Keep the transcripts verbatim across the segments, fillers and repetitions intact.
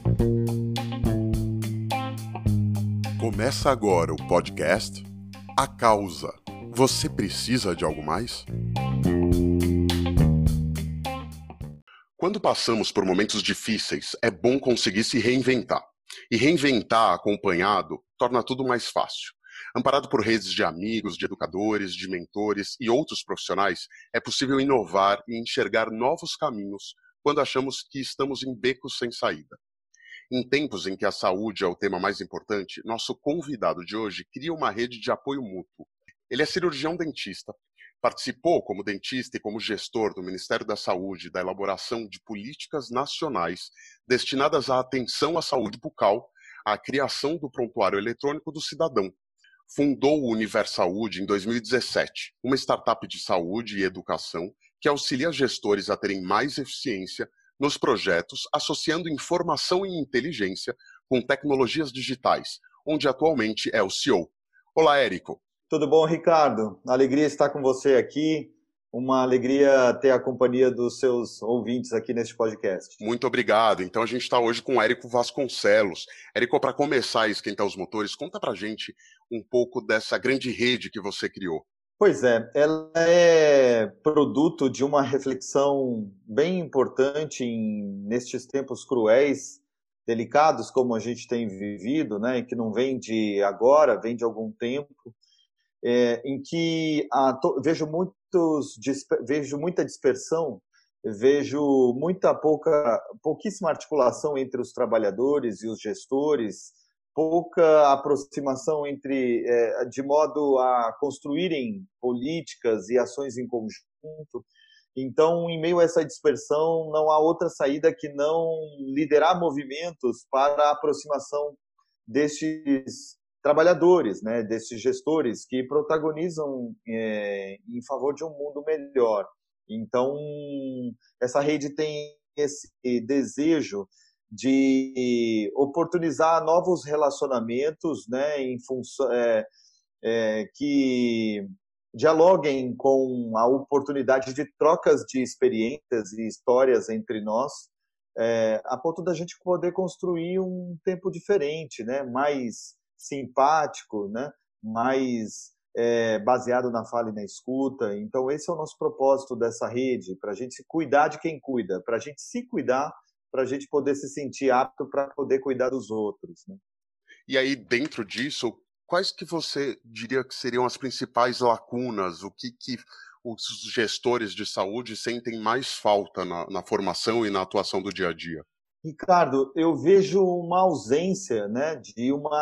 Começa agora o podcast A Causa. Você precisa de algo mais? Quando passamos por momentos difíceis, é bom conseguir se reinventar. E reinventar acompanhado torna tudo mais fácil. Amparado por redes de amigos, de educadores, de mentores e outros profissionais, é possível inovar e enxergar novos caminhos quando achamos que estamos em becos sem saída. Em tempos em que a saúde é o tema mais importante, nosso convidado de hoje cria uma rede de apoio mútuo. Ele é cirurgião dentista, participou como dentista e como gestor do Ministério da Saúde da elaboração de políticas nacionais destinadas à atenção à saúde bucal, à criação do prontuário eletrônico do cidadão. Fundou o Universaúde em dois mil e dezessete, uma startup de saúde e educação que auxilia gestores a terem mais eficiência nos projetos, associando informação e inteligência com tecnologias digitais, onde atualmente é o C E O. Olá, Érico. Tudo bom, Ricardo? Alegria estar com você aqui. Uma alegria ter a companhia dos seus ouvintes aqui neste podcast. Muito obrigado. Então a gente está hoje com o Érico Vasconcelos. Érico, para começar a esquentar os motores, conta pra gente um pouco dessa grande rede que você criou. Pois é, ela é produto de uma reflexão bem importante em, nestes tempos cruéis, delicados como a gente tem vivido, né, que não vem de agora, vem de algum tempo, é, em que a, to, vejo, muitos, vejo muita dispersão, vejo muita pouca, pouquíssima articulação entre os trabalhadores e os gestores, pouca aproximação entre, é, de modo a construírem políticas e ações em conjunto. Então, em meio a essa dispersão, não há outra saída que não liderar movimentos para a aproximação destes trabalhadores, né, destes gestores que protagonizam é, em favor de um mundo melhor. Então, essa rede tem esse desejo de oportunizar novos relacionamentos, né, em função, é, é, que dialoguem com a oportunidade de trocas de experiências e histórias entre nós, é, a ponto da gente poder construir um tempo diferente, né, mais simpático, né, mais é, baseado na fala e na escuta. Então esse é o nosso propósito dessa rede, para a gente cuidar de quem cuida, para a gente se cuidar, para a gente poder se sentir apto para poder cuidar dos outros, né? E aí, dentro disso, quais que você diria que seriam as principais lacunas, o que, que os gestores de saúde sentem mais falta na, na formação e na atuação do dia a dia? Ricardo, eu vejo uma ausência, né, de uma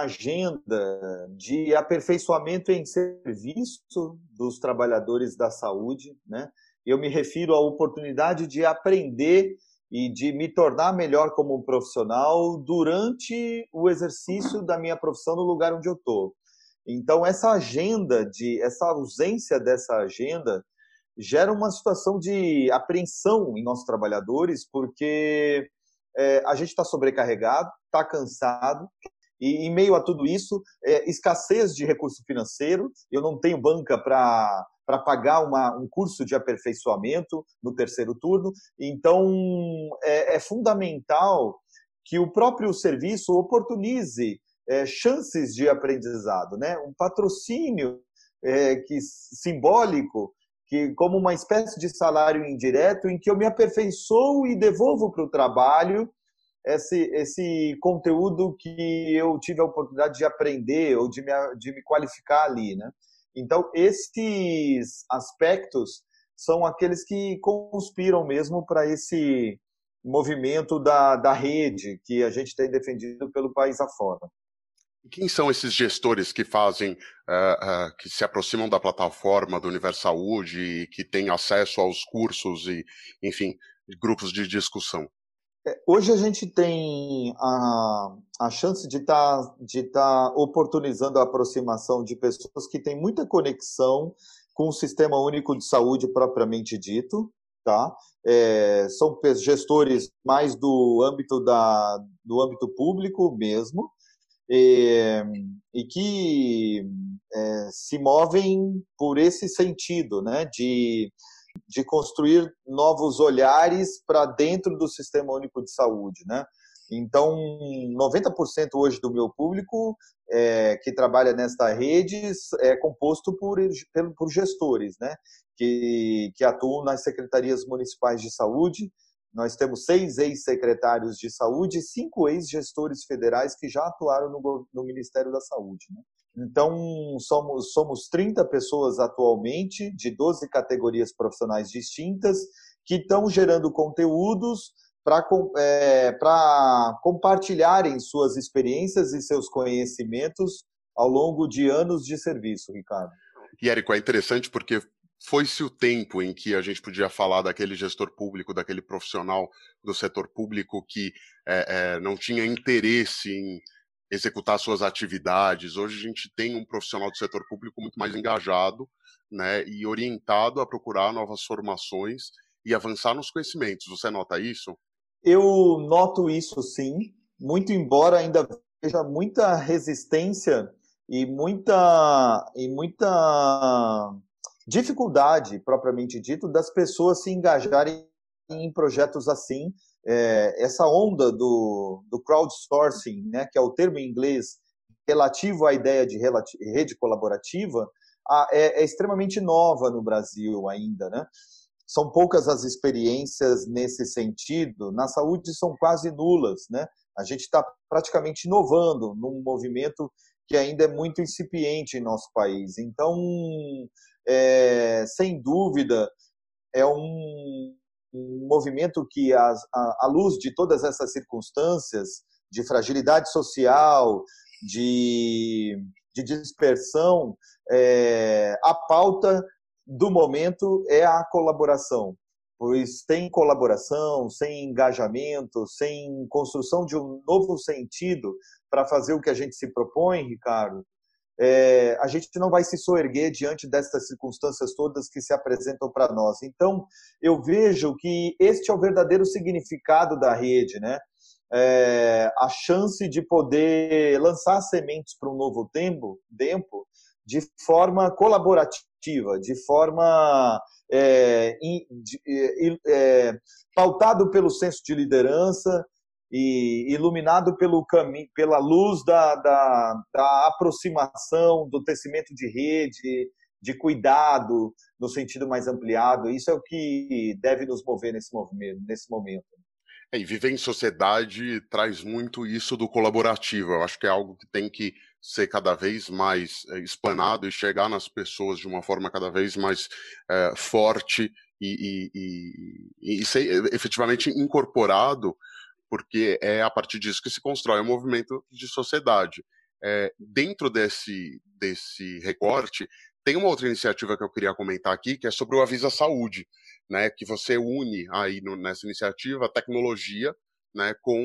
agenda de aperfeiçoamento em serviço dos trabalhadores da saúde, né? Eu me refiro à oportunidade de aprender e de me tornar melhor como um profissional durante o exercício da minha profissão no lugar onde eu estou. Então, essa agenda, de, essa ausência dessa agenda, gera uma situação de apreensão em nossos trabalhadores, porque é, a gente está sobrecarregado, está cansado, e em meio a tudo isso, é, escassez de recurso financeiro, eu não tenho banca para para pagar uma, um curso de aperfeiçoamento no terceiro turno. Então, é, é fundamental que o próprio serviço oportunize é, chances de aprendizado, né? Um patrocínio é, que, simbólico, que, como uma espécie de salário indireto, em que eu me aperfeiçoo e devolvo para o trabalho esse, esse conteúdo que eu tive a oportunidade de aprender ou de me, de me qualificar ali, né? Então, esses aspectos são aqueles que conspiram mesmo para esse movimento da, da rede que a gente tem defendido pelo país afora. E quem são esses gestores que fazem, uh, uh, que se aproximam da plataforma do Universaúde e que têm acesso aos cursos e, enfim, grupos de discussão? Hoje a gente tem a, a chance de estar tá, de tá oportunizando a aproximação de pessoas que têm muita conexão com o Sistema Único de Saúde propriamente dito, tá? É, são gestores mais do âmbito, da, do âmbito público mesmo, e, e que é, se movem por esse sentido, né? De de construir novos olhares para dentro do Sistema Único de Saúde, né? Então, noventa por cento hoje do meu público é, que trabalha nesta rede é composto por, por gestores, né? que, que atuam nas secretarias municipais de saúde. Nós temos seis ex-secretários de saúde e cinco ex-gestores federais que já atuaram no, no Ministério da Saúde, né? Então, somos, somos trinta pessoas atualmente, de doze categorias profissionais distintas, que estão gerando conteúdos para é, para compartilharem suas experiências e seus conhecimentos ao longo de anos de serviço, Ricardo. E, Érico, é interessante porque foi-se o tempo em que a gente podia falar daquele gestor público, daquele profissional do setor público que é, é, não tinha interesse em executar suas atividades. Hoje a gente tem um profissional do setor público muito mais engajado, né, e orientado a procurar novas formações e avançar nos conhecimentos. Você nota isso? Eu noto isso, sim, muito embora ainda veja muita resistência e muita, e muita dificuldade, propriamente dito, das pessoas se engajarem em projetos assim. É, essa onda do, do crowdsourcing, né, que é o termo em inglês relativo à ideia de rede colaborativa, é, é extremamente nova no Brasil ainda, né? São poucas as experiências nesse sentido. Na saúde são quase nulas, né? A gente está praticamente inovando num movimento que ainda é muito incipiente em nosso país. Então, é, sem dúvida, é um, um movimento que, à, à luz de todas essas circunstâncias de fragilidade social, de, de dispersão, é, a pauta do momento é a colaboração, pois sem colaboração, sem engajamento, sem construção de um novo sentido para fazer o que a gente se propõe, Ricardo, é, a gente não vai se soerguer diante dessas circunstâncias todas que se apresentam para nós. Então, eu vejo que este é o verdadeiro significado da rede, né? É, a chance de poder lançar sementes para um novo tempo, tempo de forma colaborativa, de forma é, de, é, pautado pelo senso de liderança e iluminado pelo caminho, pela luz da, da, da aproximação, do tecimento de rede, de cuidado no sentido mais ampliado. Isso é o que deve nos mover nesse movimento, nesse momento. É, e viver em sociedade traz muito isso do colaborativo. Eu acho que é algo que tem que ser cada vez mais é, explanado e chegar nas pessoas de uma forma cada vez mais é, forte e, e, e, e ser efetivamente incorporado, porque é a partir disso que se constrói um movimento de sociedade. É, dentro desse, desse recorte, tem uma outra iniciativa que eu queria comentar aqui, que é sobre o Avisa Saúde, né, que você une aí no, nessa iniciativa a tecnologia, né, com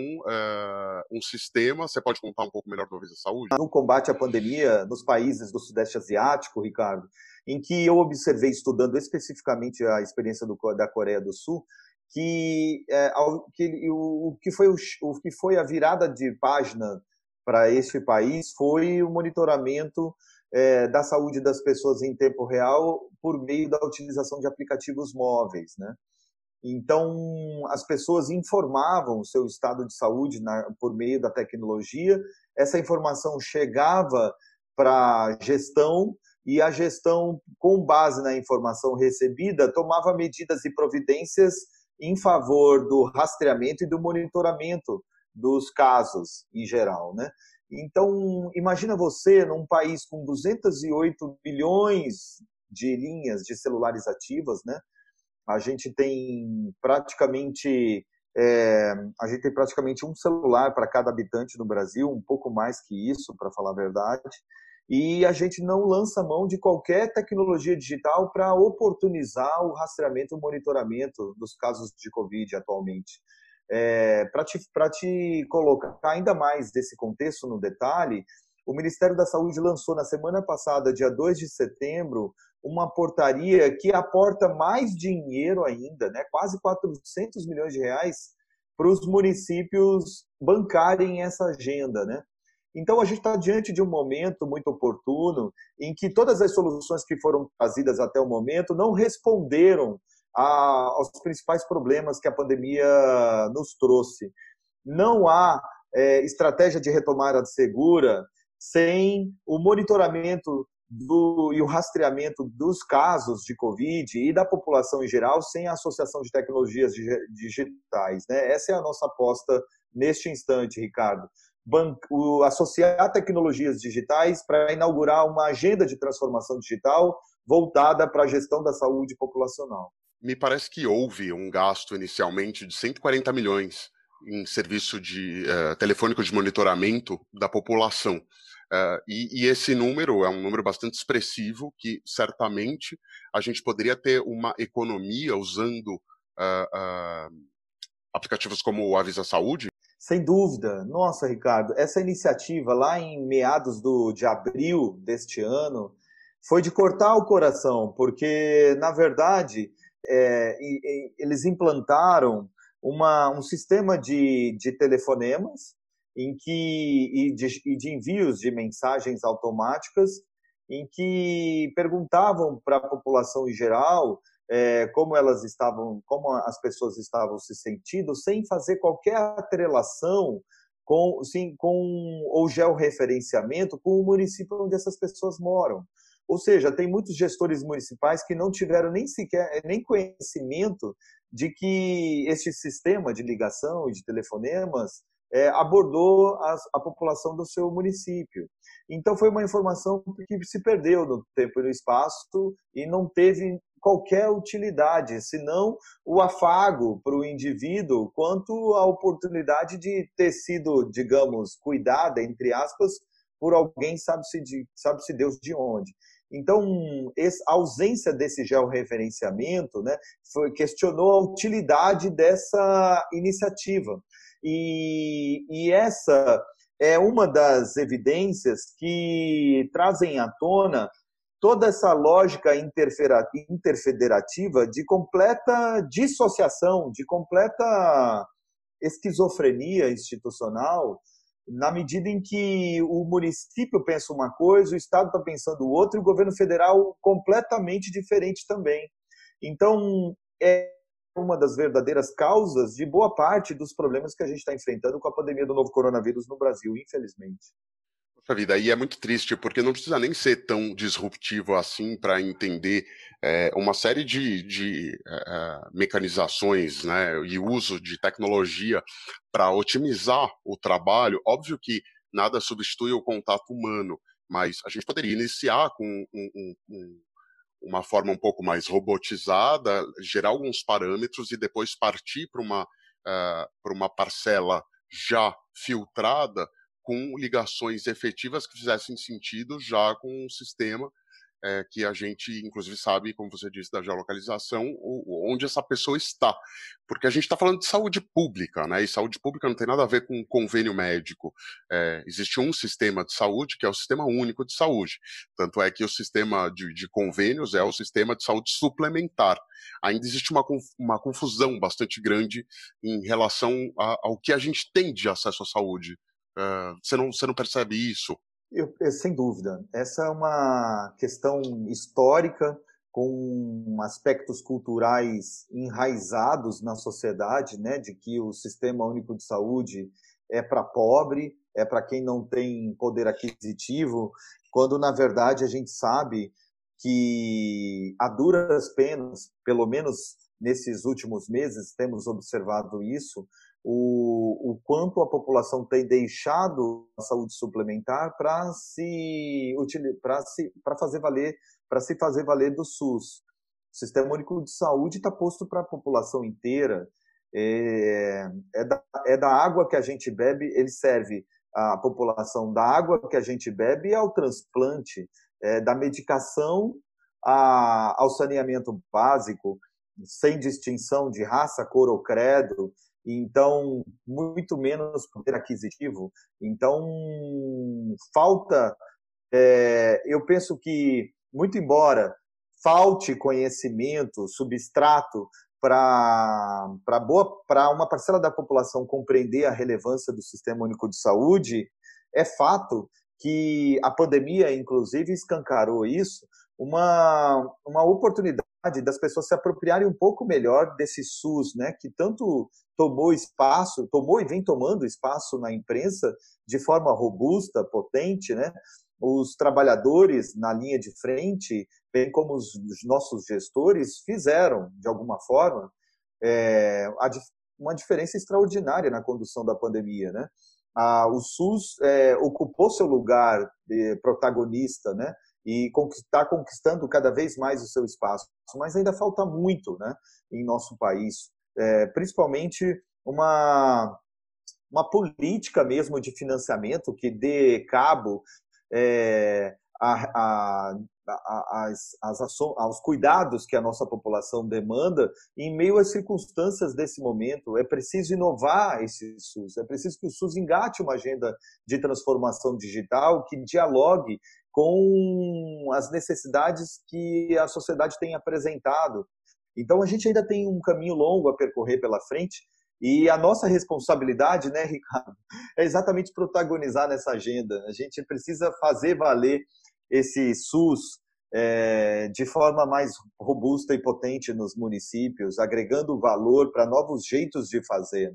uh, um sistema. Você pode contar um pouco melhor do Avisa Saúde? No combate à pandemia nos países do Sudeste Asiático, Ricardo, em que eu observei, estudando especificamente a experiência do, da Coreia do Sul, que, é, que o, que foi o, o que foi a virada de página para este país foi o monitoramento é, da saúde das pessoas em tempo real por meio da utilização de aplicativos móveis, né? Então, as pessoas informavam o seu estado de saúde na, por meio da tecnologia, essa informação chegava para a gestão e a gestão, com base na informação recebida, tomava medidas e providências em favor do rastreamento e do monitoramento dos casos em geral, né? Então, imagina você num país com duzentos e oito milhões de linhas de celulares ativas, né? A gente tem praticamente é, a gente tem praticamente um celular para cada habitante no Brasil, um pouco mais que isso, para falar a verdade. E a gente não lança mão de qualquer tecnologia digital para oportunizar o rastreamento e o monitoramento dos casos de Covid atualmente. É, para te, para te colocar ainda mais desse contexto no detalhe, o Ministério da Saúde lançou na semana passada, dia dois de setembro, uma portaria que aporta mais dinheiro ainda, né, quase quatrocentos milhões de reais, para os municípios bancarem essa agenda, né? Então, a gente está diante de um momento muito oportuno em que todas as soluções que foram trazidas até o momento não responderam a, aos principais problemas que a pandemia nos trouxe. não há é, estratégia de retomada segura sem o monitoramento do, e o rastreamento dos casos de Covid e da população em geral, sem a associação de tecnologias digitais, né? Essa é a nossa aposta neste instante, Ricardo. Ban o, associar tecnologias digitais para inaugurar uma agenda de transformação digital voltada para a gestão da saúde populacional. Me parece que houve um gasto inicialmente de cento e quarenta milhões em serviço de uh, telefônico de monitoramento da população. Uh, e, e esse número é um número bastante expressivo que certamente a gente poderia ter uma economia usando uh, uh, aplicativos como o Avisa Saúde. Sem dúvida. Nossa, Ricardo, essa iniciativa lá em meados do, de abril deste ano foi de cortar o coração, porque, na verdade, é, e, e, eles implantaram uma, um sistema de, de telefonemas em que, e, de, e de envios de mensagens automáticas em que perguntavam para a população em geral é, como elas estavam, como as pessoas estavam se sentindo, sem fazer qualquer atrelação com, sim, com ou georreferenciamento com o município onde essas pessoas moram. Ou seja, tem muitos gestores municipais que não tiveram nem sequer nem conhecimento de que este sistema de ligação e de telefonemas é, abordou as, a população do seu município. Então, foi uma informação que se perdeu no tempo e no espaço e não teve qualquer utilidade, senão o afago para o indivíduo quanto a oportunidade de ter sido, digamos, cuidada, entre aspas, por alguém, sabe-se de, sabe-se Deus de onde. Então, a ausência desse georreferenciamento, né, foi, questionou a utilidade dessa iniciativa. E, e essa é uma das evidências que trazem à tona toda essa lógica interfederativa de completa dissociação, de completa esquizofrenia institucional, na medida em que o município pensa uma coisa, o Estado está pensando outra e o governo federal completamente diferente também. Então, é uma das verdadeiras causas de boa parte dos problemas que a gente está enfrentando com a pandemia do novo coronavírus no Brasil, infelizmente. Poxa vida, e é muito triste, porque não precisa nem ser tão disruptivo assim para entender é, uma série de, de é, mecanizações, né, e uso de tecnologia para otimizar o trabalho. Óbvio que nada substitui o contato humano, mas a gente poderia iniciar com um, um, um, uma forma um pouco mais robotizada, gerar alguns parâmetros e depois partir para uma, uh, para uma parcela já filtrada com ligações efetivas que fizessem sentido já com um sistema é, que a gente, inclusive, sabe, como você disse, da geolocalização, o, onde essa pessoa está. Porque a gente está falando de saúde pública, né? E saúde pública não tem nada a ver com convênio médico. É, existe um sistema de saúde que é o Sistema Único de Saúde. Tanto é que o sistema de, de convênios é o sistema de saúde suplementar. Ainda existe uma, uma confusão bastante grande em relação a, ao que a gente tem de acesso à saúde. Uh, você, não, você não percebe isso? Eu, eu, sem dúvida. Essa é uma questão histórica, com aspectos culturais enraizados na sociedade, né, de que o Sistema Único de Saúde é para pobre, é para quem não tem poder aquisitivo, quando, na verdade, a gente sabe que, a duras penas, pelo menos nesses últimos meses, temos observado isso, O, o quanto a população tem deixado a saúde suplementar para se para se para fazer valer para se fazer valer do SUS. O Sistema Único de Saúde está posto para a população inteira. É, é, da, é da água que a gente bebe, ele serve à população da água que a gente bebe ao transplante, é, da medicação a, ao saneamento básico, sem distinção de raça, cor ou credo. Então, muito menos poder aquisitivo. Então, falta, é, eu penso que, muito embora falte conhecimento, substrato para para uma parcela da população compreender a relevância do Sistema Único de Saúde, é fato que a pandemia, inclusive, escancarou isso, uma, uma oportunidade das pessoas se apropriarem um pouco melhor desse SUS, né, que tanto tomou espaço, tomou e vem tomando espaço na imprensa de forma robusta, potente, né? Os trabalhadores na linha de frente, bem como os nossos gestores, fizeram, de alguma forma, é, uma diferença extraordinária na condução da pandemia, né? Ah, o SUS é, ocupou seu lugar de protagonista, né? E está conquistando cada vez mais o seu espaço, mas ainda falta muito, né, em nosso país, é, principalmente uma, uma política mesmo de financiamento que dê cabo é, a, a, a, as, as aço, aos cuidados que a nossa população demanda em meio às circunstâncias desse momento. É preciso inovar esse SUS, é preciso que o SUS engate uma agenda de transformação digital que dialogue com as necessidades que a sociedade tem apresentado. Então, a gente ainda tem um caminho longo a percorrer pela frente e a nossa responsabilidade, né, Ricardo, é exatamente protagonizar nessa agenda. A gente precisa fazer valer esse SUS é, de forma mais robusta e potente nos municípios, agregando valor para novos jeitos de fazer.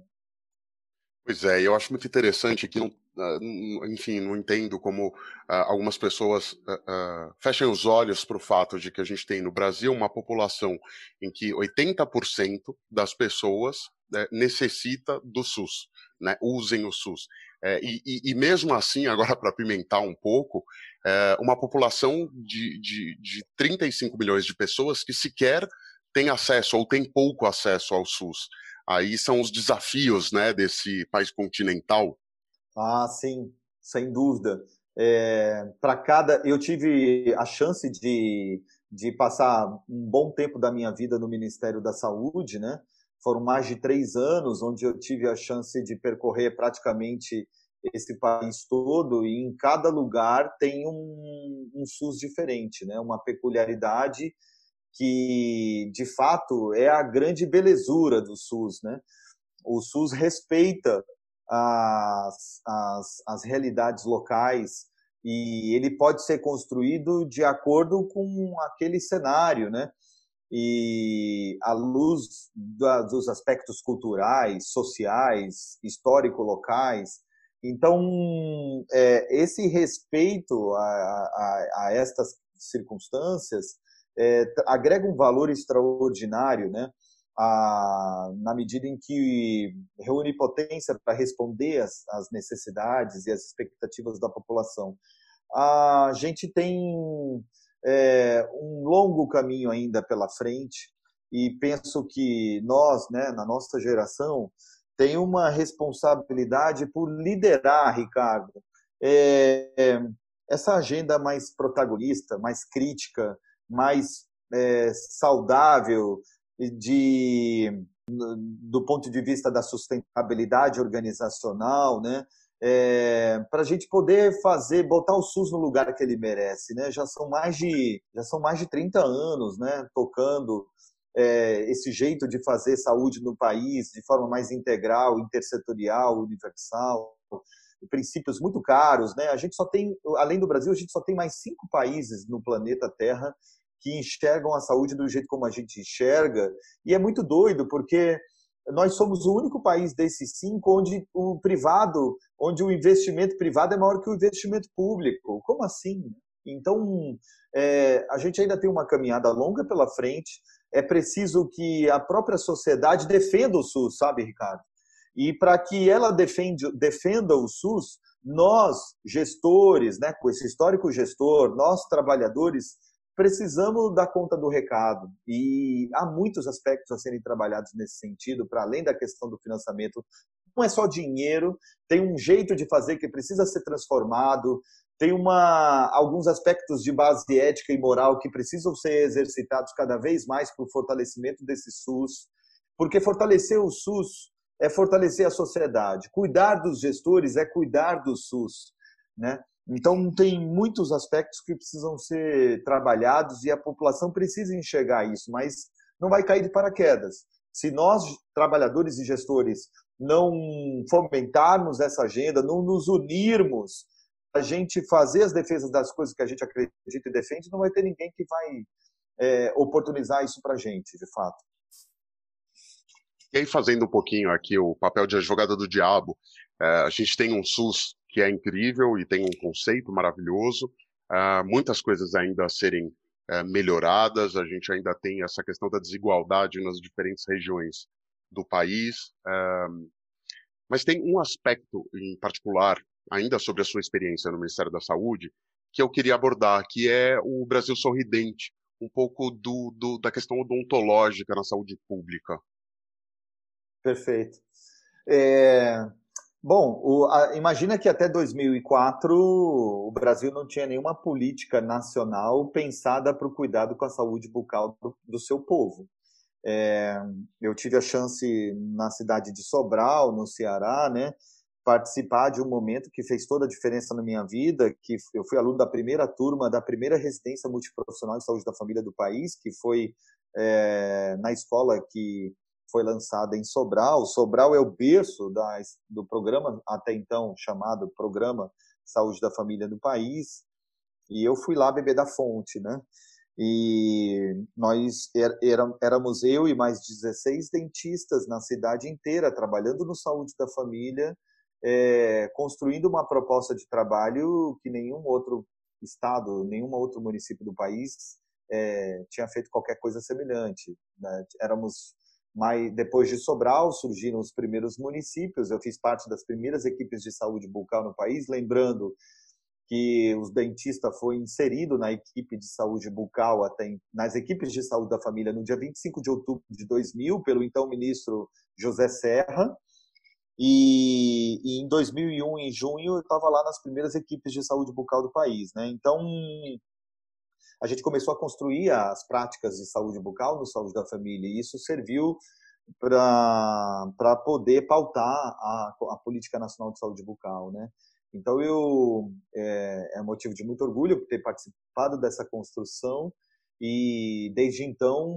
Pois é, eu acho muito interessante que, não, enfim, não entendo como uh, algumas pessoas uh, uh, fecham os olhos para o fato de que a gente tem no Brasil uma população em que oitenta por cento das pessoas né, necessita do SUS, né, usem o SUS. É, e, e, e mesmo assim, agora para pimentar um pouco, é, uma população de, de, de trinta e cinco milhões de pessoas que sequer tem acesso ou tem pouco acesso ao SUS. Aí são os desafios, né, desse país continental. Ah, sim, sem dúvida. É, para cada, eu tive a chance de, de passar um bom tempo da minha vida no Ministério da Saúde, né? Foram mais de três anos onde eu tive a chance de percorrer praticamente esse país todo e em cada lugar tem um, um SUS diferente, né? Uma peculiaridade que, de fato, é a grande belezura do SUS, né? O SUS respeita as, as, as realidades locais e ele pode ser construído de acordo com aquele cenário, né? E à luz da, dos aspectos culturais, sociais, histórico-locais. Então, é, esse respeito a, a, a estas circunstâncias é, agrega um valor extraordinário, né? A, na medida em que reúne potência para responder às, às necessidades e às expectativas da população. A gente tem é, um longo caminho ainda pela frente e penso que nós, né, na nossa geração, tem uma responsabilidade por liderar, Ricardo, é, essa agenda mais protagonista, mais crítica, mais é, saudável, de, do ponto de vista da sustentabilidade organizacional, né? É, para a gente poder fazer, botar o SUS no lugar que ele merece, né? Já são mais de, já são mais de trinta anos, né? Tocando é, esse jeito de fazer saúde no país de forma mais integral, intersetorial, universal, princípios muito caros, né? A gente só tem, além do Brasil, a gente só tem mais cinco países no planeta Terra que enxergam a saúde do jeito como a gente enxerga, e é muito doido, porque nós somos o único país desses cinco onde o privado, onde o investimento privado é maior que o investimento público. Como assim? Então, é, a gente ainda tem uma caminhada longa pela frente, é preciso que a própria sociedade defenda o SUS, sabe, Ricardo? E para que ela defende, defenda o SUS, nós, gestores, né, com esse histórico gestor, nós, trabalhadores, precisamos dar conta do recado e há muitos aspectos a serem trabalhados nesse sentido, para além da questão do financiamento. Não é só dinheiro, tem um jeito de fazer que precisa ser transformado, tem uma, alguns aspectos de base ética e moral que precisam ser exercitados cada vez mais para o fortalecimento desse SUS, porque fortalecer o SUS é fortalecer a sociedade, cuidar dos gestores é cuidar do SUS, né? Então, tem muitos aspectos que precisam ser trabalhados e a população precisa enxergar isso, mas não vai cair de paraquedas. Se nós, trabalhadores e gestores, não fomentarmos essa agenda, não nos unirmos, a gente fazer as defesas das coisas que a gente acredita e defende, não vai ter ninguém que vai é, oportunizar isso para a gente, de fato. E aí, fazendo um pouquinho aqui o papel de advogado do diabo, é, a gente tem um SUS que é incrível e tem um conceito maravilhoso, é, muitas coisas ainda a serem é, melhoradas, a gente ainda tem essa questão da desigualdade nas diferentes regiões do país, é, mas tem um aspecto em particular, ainda sobre a sua experiência no Ministério da Saúde, que eu queria abordar, que é o Brasil sorridente, um pouco do, do, da questão odontológica na saúde pública. Perfeito. É, bom, o, a, imagina que até dois mil e quatro o Brasil não tinha nenhuma política nacional pensada para o cuidado com a saúde bucal do, do seu povo. É, eu tive a chance na cidade de Sobral, no Ceará, né, participar de um momento que fez toda a diferença na minha vida, que eu fui aluno da primeira turma da primeira residência multiprofissional de saúde da família do país, que foi é, na escola que foi lançada em Sobral. Sobral é o berço da, do programa, até então chamado Programa Saúde da Família do País, e eu fui lá beber da fonte, né? E nós éramos eu e mais dezesseis dentistas na cidade inteira, trabalhando no Saúde da Família, é, construindo uma proposta de trabalho que nenhum outro estado, nenhum outro município do país é, tinha feito qualquer coisa semelhante, né? Éramos mais, depois de Sobral, surgiram os primeiros municípios, eu fiz parte das primeiras equipes de saúde bucal no país, lembrando que os dentistas foi inserido na equipe de saúde bucal, até nas equipes de saúde da família, no dia vinte e cinco de outubro de dois mil, pelo então ministro José Serra, e, e em dois mil e um, em junho, eu estava lá nas primeiras equipes de saúde bucal do país, né? Então, a gente começou a construir as práticas de saúde bucal no Saúde da Família, e isso serviu para poder pautar a, a Política Nacional de Saúde Bucal, né? Então, eu, é, é motivo de muito orgulho por ter participado dessa construção, e desde então,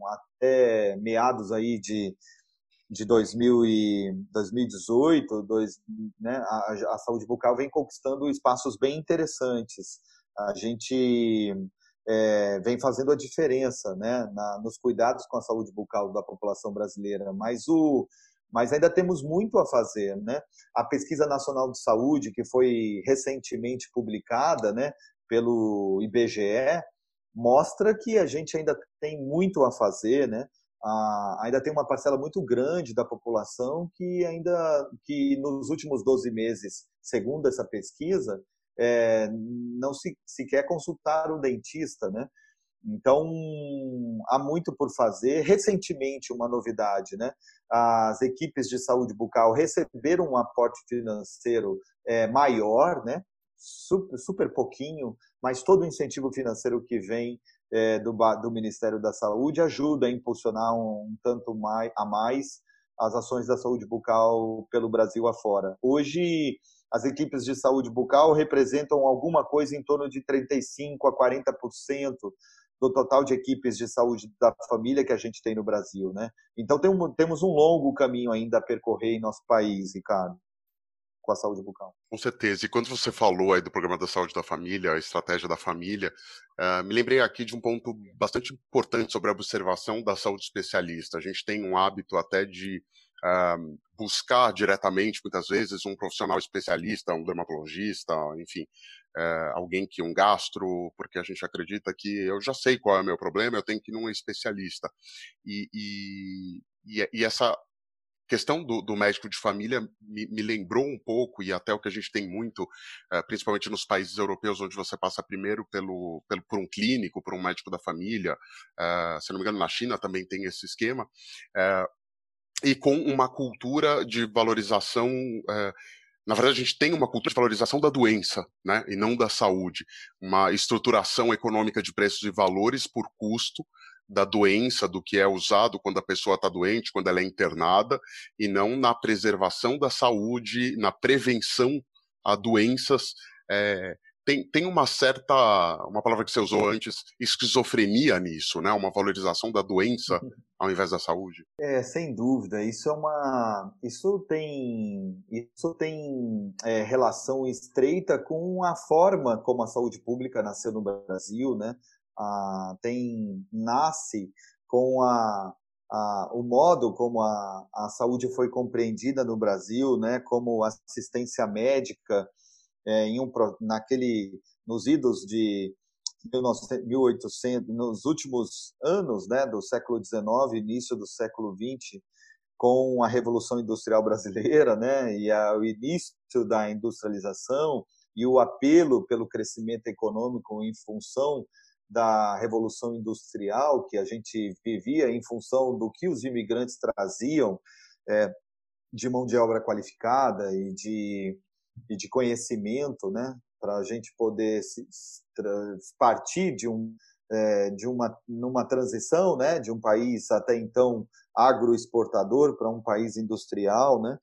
até meados aí de, de dois mil e, dois mil e dezoito, dois, né, a, a saúde bucal vem conquistando espaços bem interessantes. A gente é, vem fazendo a diferença, né, na, nos cuidados com a saúde bucal da população brasileira, mas o mas ainda temos muito a fazer, né? A Pesquisa Nacional de Saúde, que foi recentemente publicada, né, pelo I B G E, mostra que a gente ainda tem muito a fazer, né? Ah, ainda tem uma parcela muito grande da população que ainda, que nos últimos doze meses, segundo essa pesquisa, é, não se sequer consultaram o dentista, né? Então, há muito por fazer. Recentemente, uma novidade, né? As equipes de saúde bucal receberam um aporte financeiro é, maior, né? Super, super pouquinho, mas todo o incentivo financeiro que vem é, do, do Ministério da Saúde ajuda a impulsionar um, um tanto mais, a mais as ações da saúde bucal pelo Brasil afora. Hoje, as equipes de saúde bucal representam alguma coisa em torno de trinta e cinco a quarenta por cento do total de equipes de saúde da família que a gente tem no Brasil, né? Então tem um, temos um longo caminho ainda a percorrer em nosso país, Ricardo, com a saúde bucal. Com certeza. E quando você falou aí do Programa da Saúde da Família, a estratégia da família, uh, me lembrei aqui de um ponto bastante importante sobre a observação da saúde especialista. A gente tem um hábito até de uh, buscar diretamente, muitas vezes, um profissional especialista, um dermatologista, enfim, uh, alguém que um gastro, porque a gente acredita que eu já sei qual é o meu problema, eu tenho que ir num especialista. E, e, e, e essa questão do, do médico de família me, me lembrou um pouco, e até o que a gente tem muito, uh, principalmente nos países europeus, onde você passa primeiro pelo, pelo, por um clínico, por um médico da família, uh, se não me engano na China também tem esse esquema, uh, e com uma cultura de valorização, uh, na verdade a gente tem uma cultura de valorização da doença, né, e não da saúde, uma estruturação econômica de preços e valores por custo, da doença, do que é usado quando a pessoa está doente, quando ela é internada, e não na preservação da saúde, na prevenção a doenças. É, tem, tem uma certa, uma palavra que você usou antes, esquizofrenia nisso, né? Uma valorização da doença ao invés da saúde. É, sem dúvida, isso é uma, isso tem, isso tem é, relação estreita com a forma como a saúde pública nasceu no Brasil, né? a, tem, nasce com a, a, o modo como a, a saúde foi compreendida no Brasil, né, como assistência médica, é, em um, naquele, nos idos de mil e oitocentos, nos últimos anos, né, do século dezenove, início do século vinte, com a Revolução Industrial Brasileira, né, e a, o início da industrialização e o apelo pelo crescimento econômico em função da Revolução Industrial que a gente vivia, em função do que os imigrantes traziam é, de mão de obra qualificada e de, e de conhecimento, né, para a gente poder se, partir de um É, de uma numa transição, né, de um país até então agroexportador para um país industrial, né,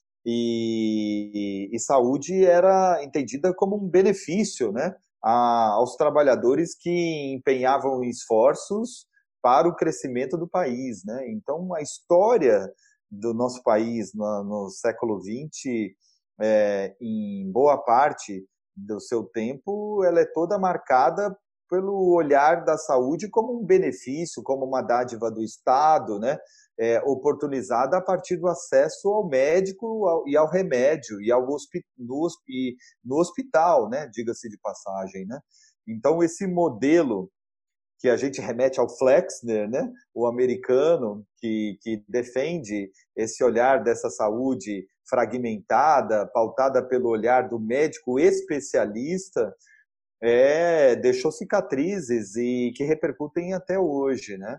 e, e saúde era entendida como um benefício, né, a, aos trabalhadores que empenhavam esforços para o crescimento do país, né. Então a história do nosso país no, no século vinte, é, em boa parte do seu tempo, ela é toda marcada pelo olhar da saúde como um benefício, como uma dádiva do Estado, né, é, oportunizada a partir do acesso ao médico ao, e ao remédio, e ao hospi, no, e no hospital, né, diga-se de passagem, né. Então, esse modelo que a gente remete ao Flexner, né, o americano, que, que defende esse olhar dessa saúde fragmentada, pautada pelo olhar do médico especialista, É, deixou cicatrizes e que repercutem até hoje, né?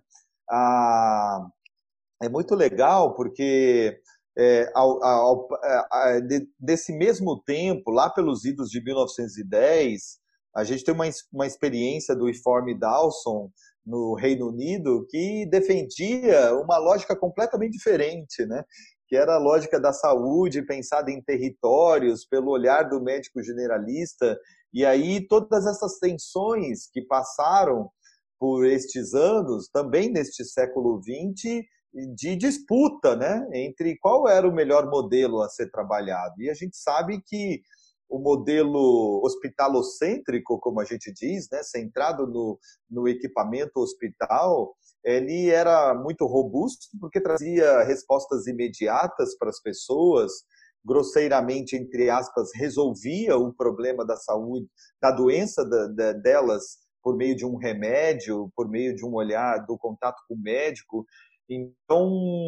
Ah, é muito legal porque é, ao, ao, a, de, desse mesmo tempo, lá pelos idos de mil novecentos e dez, a gente tem uma, uma experiência do Informe Dawson no Reino Unido que defendia uma lógica completamente diferente, né? Que era a lógica da saúde pensada em territórios, pelo olhar do médico generalista, e aí todas essas tensões que passaram por estes anos, também neste século vinte, de disputa, né, entre qual era o melhor modelo a ser trabalhado. E a gente sabe que o modelo hospitalocêntrico, como a gente diz, né, centrado no, no equipamento hospital, ele era muito robusto porque trazia respostas imediatas para as pessoas, grosseiramente, entre aspas, resolvia o problema da saúde, da doença da, da, delas por meio de um remédio, por meio de um olhar, do contato com o médico. Então,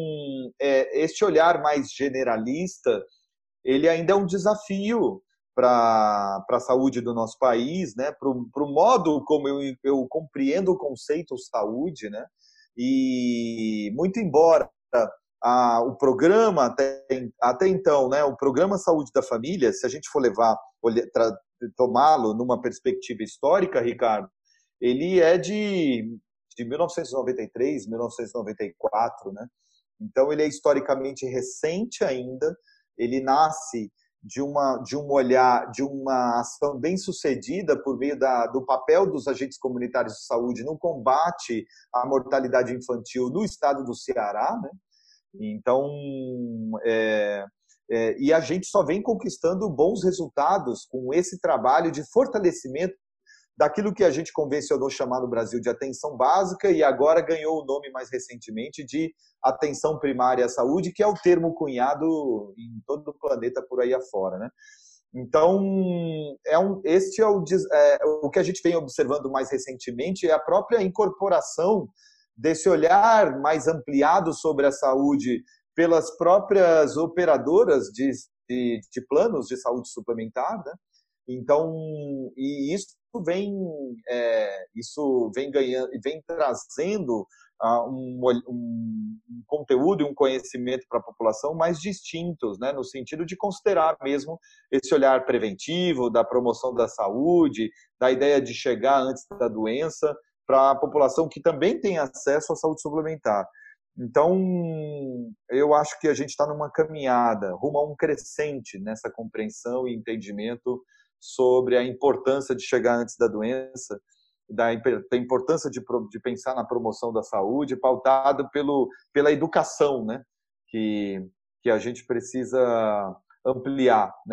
é, este olhar mais generalista, ele ainda é um desafio para a saúde do nosso país, né? Para o modo como eu, eu compreendo o conceito saúde, né? E muito embora a, o programa até, até então, né? O programa Saúde da Família, se a gente for levar, tomá-lo numa perspectiva histórica, Ricardo, ele é de, de mil novecentos e noventa e três, mil novecentos e noventa e quatro, né? Então ele é historicamente recente ainda, ele nasce de, uma, de um olhar, de uma ação bem sucedida por meio da, do papel dos agentes comunitários de saúde no combate à mortalidade infantil no estado do Ceará, né? Então, é, é, e a gente só vem conquistando bons resultados com esse trabalho de fortalecimento daquilo que a gente convencionou chamar no Brasil de atenção básica e agora ganhou o nome mais recentemente de atenção primária à saúde, que é o termo cunhado em todo o planeta por aí afora, né? Então, é um, este é o, é, o que a gente vem observando mais recentemente, é a própria incorporação desse olhar mais ampliado sobre a saúde pelas próprias operadoras de, de, de planos de saúde suplementar, né? Então, e isso vem, é, isso vem ganhando, vem trazendo uh, um, um, um conteúdo e um conhecimento para a população mais distintos, né, no sentido de considerar mesmo esse olhar preventivo, da promoção da saúde, da ideia de chegar antes da doença para a população que também tem acesso à saúde suplementar. Então, eu acho que a gente está numa caminhada rumo a um crescente nessa compreensão e entendimento sobre a importância de chegar antes da doença, da, da importância de, de pensar na promoção da saúde, pautado pelo, pela educação, né? que, que a gente precisa ampliar, né?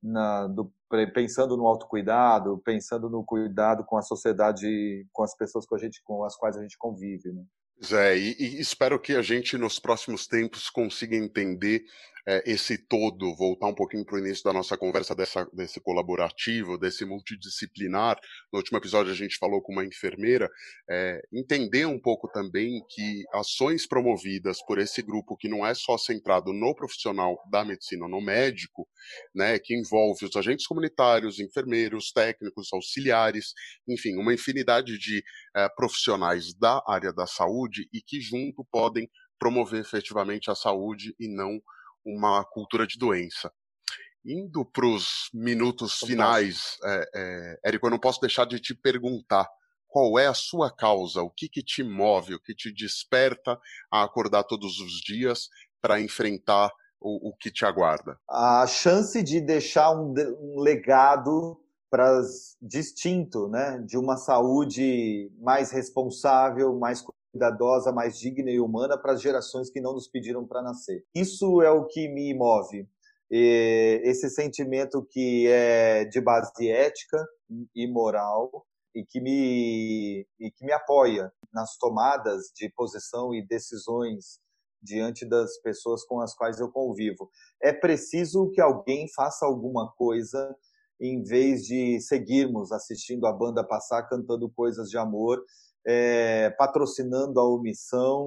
na, do, pensando no autocuidado, pensando no cuidado com a sociedade, com as pessoas com, a gente, com as quais a gente convive, né? Zé, e, e espero que a gente nos próximos tempos consiga entender é, esse todo, voltar um pouquinho para o início da nossa conversa dessa, desse colaborativo, desse multidisciplinar. No último episódio a gente falou com uma enfermeira, é, entender um pouco também que ações promovidas por esse grupo, que não é só centrado no profissional da medicina, no médico, né, que envolve os agentes comunitários, enfermeiros, técnicos, auxiliares, enfim, uma infinidade de é, profissionais da área da saúde e que junto podem promover efetivamente a saúde e não uma cultura de doença. Indo para os minutos Fantástico. finais, é, é, Érico, eu não posso deixar de te perguntar qual é a sua causa, o que, que te move, o que te desperta a acordar todos os dias para enfrentar o, o que te aguarda? A chance de deixar um, um legado pras, distinto, né, de uma saúde mais responsável, mais cuidadosa, mais digna e humana para as gerações que não nos pediram para nascer. Isso é o que me move. E esse sentimento que é de base ética e moral e que me, e que me apoia nas tomadas de posição e decisões diante das pessoas com as quais eu convivo. É preciso que alguém faça alguma coisa em vez de seguirmos assistindo a banda passar, cantando coisas de amor, é, patrocinando a omissão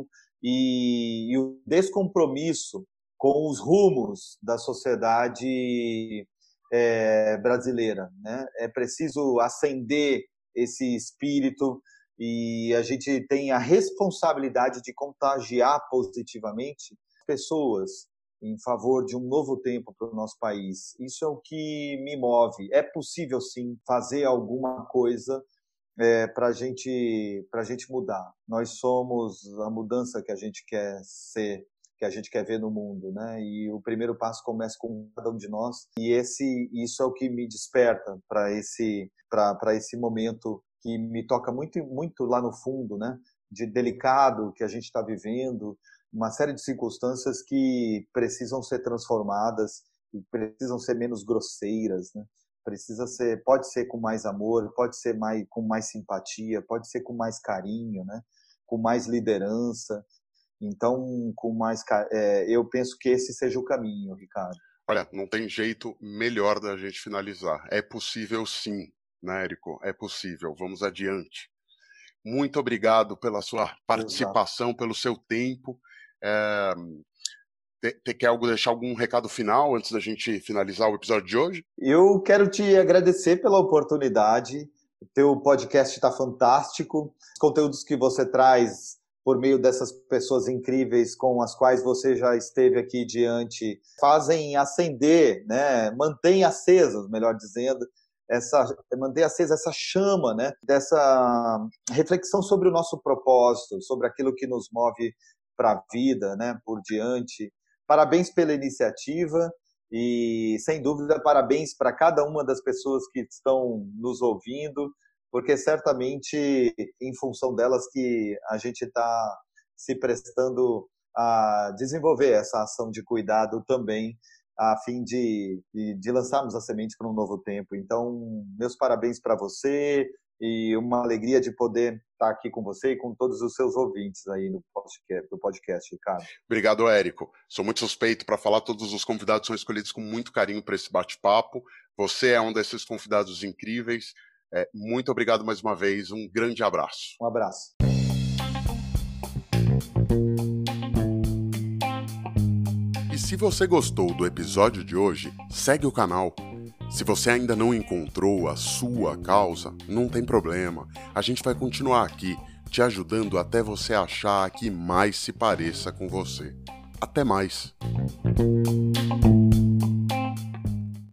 e, e o descompromisso com os rumos da sociedade é, brasileira, né? É preciso acender esse espírito e a gente tem a responsabilidade de contagiar positivamente pessoas em favor de um novo tempo para o nosso país. Isso é o que me move. É possível, sim, fazer alguma coisa é, para gente, a gente mudar. Nós somos a mudança que a gente quer ser, que a gente quer ver no mundo, né? E o primeiro passo começa com cada um de nós. E esse, isso é o que me desperta para esse, para esse momento que me toca muito, muito lá no fundo, né? De delicado que a gente está vivendo, uma série de circunstâncias que precisam ser transformadas e precisam ser menos grosseiras, né? Precisa ser, pode ser com mais amor, pode ser mais, com mais simpatia, pode ser com mais carinho, né? Com mais liderança. Então, com mais, é, eu penso que esse seja o caminho, Ricardo. Olha, não tem jeito melhor da gente finalizar. É possível sim, né, Érico? É possível. Vamos adiante. Muito obrigado pela sua participação, Exato. Pelo seu tempo. É... Te, quer algo, deixar algum recado final antes da gente finalizar o episódio de hoje? Eu quero te agradecer pela oportunidade. O teu podcast está fantástico. Os conteúdos que você traz por meio dessas pessoas incríveis com as quais você já esteve aqui diante, fazem acender, né? Mantém acesas, melhor dizendo, essa, manter acesa essa chama, né? Dessa reflexão sobre o nosso propósito, sobre aquilo que nos move para a vida, né? Por diante. Parabéns pela iniciativa e, sem dúvida, parabéns para cada uma das pessoas que estão nos ouvindo, porque certamente, em função delas, que a gente está se prestando a desenvolver essa ação de cuidado também, a fim de, de, de lançarmos a semente para um novo tempo. Então, meus parabéns para você e uma alegria de poder estar aqui com você e com todos os seus ouvintes aí no podcast, do podcast, Ricardo. Obrigado, Érico. Sou muito suspeito para falar, todos os convidados são escolhidos com muito carinho para esse bate-papo. Você é um desses convidados incríveis. É, muito obrigado mais uma vez, um grande abraço. Um abraço. E se você gostou do episódio de hoje, segue o canal. Se você ainda não encontrou a sua causa, não tem problema. A gente vai continuar aqui, te ajudando até você achar a que mais se pareça com você. Até mais!